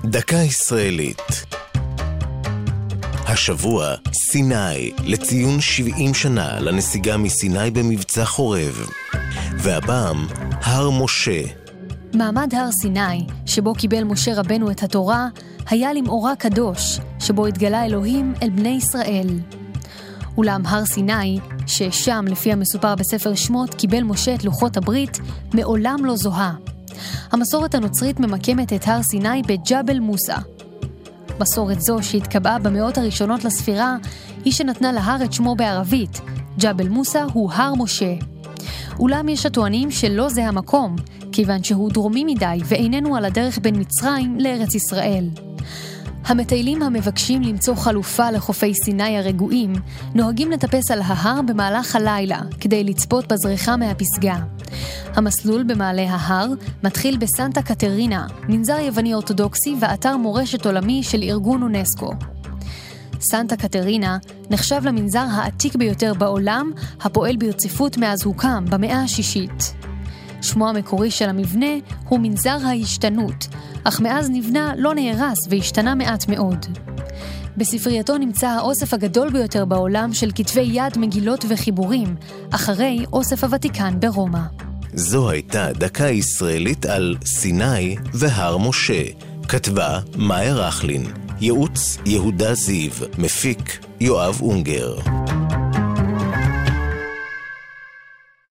דקה ישראלית. השבוע סיני, לציון 70 שנה לנסיגה מסיני במבצע חורב. והפעם הר משה. מעמד הר סיני, שבו קיבל משה רבנו את התורה, היה למאורע קדוש, שבו התגלה אלוהים אל בני ישראל. אולם הר סיני, ששם לפי המסופר בספר שמות קיבל משה את לוחות הברית, מעולם לא זוהה. המסורת הנוצרית ממקמת את הר סיני בג'בל מוסא. מסורת זו שהתקבעה במאות הראשונות לספירה, היא שנתנה להר את שמו בערבית. ג'בל מוסא הוא הר משה. אולם יש הטוענים שלא זה המקום, כיוון שהוא דרומי מדי ואיננו על הדרך בין מצרים לארץ ישראל. המטיילים המבקשים למצוא חלופה לחופי סיני הרגועים, נוהגים לטפס על ההר במהלך הלילה, כדי לצפות בזריחה מהפסגה. המסלול במעלה ההר מתחיל בסנטה קטרינה, מנזר יווני אורתודוקסי ואתר מורשת עולמי של ארגון אונסקו. סנטה קטרינה נחשב למנזר העתיק ביותר בעולם, הפועל ברציפות מאז הוקם במאה השישית. שמו המקורי של המבנה הוא מנזר ההשתנות, אך מאז נבנה לא נהרס והשתנה מעט מאוד. בספרייתו נמצא האוסף הגדול ביותר בעולם של כתבי יד, מגילות וחיבורים, אחרי אוסף הוותיקן ברומא. זו הייתה דקה ישראלית על סיני והר משה. כתבה מאיה רכלין, ייעוץ יהודה זיו, מפיק יואב אונגר.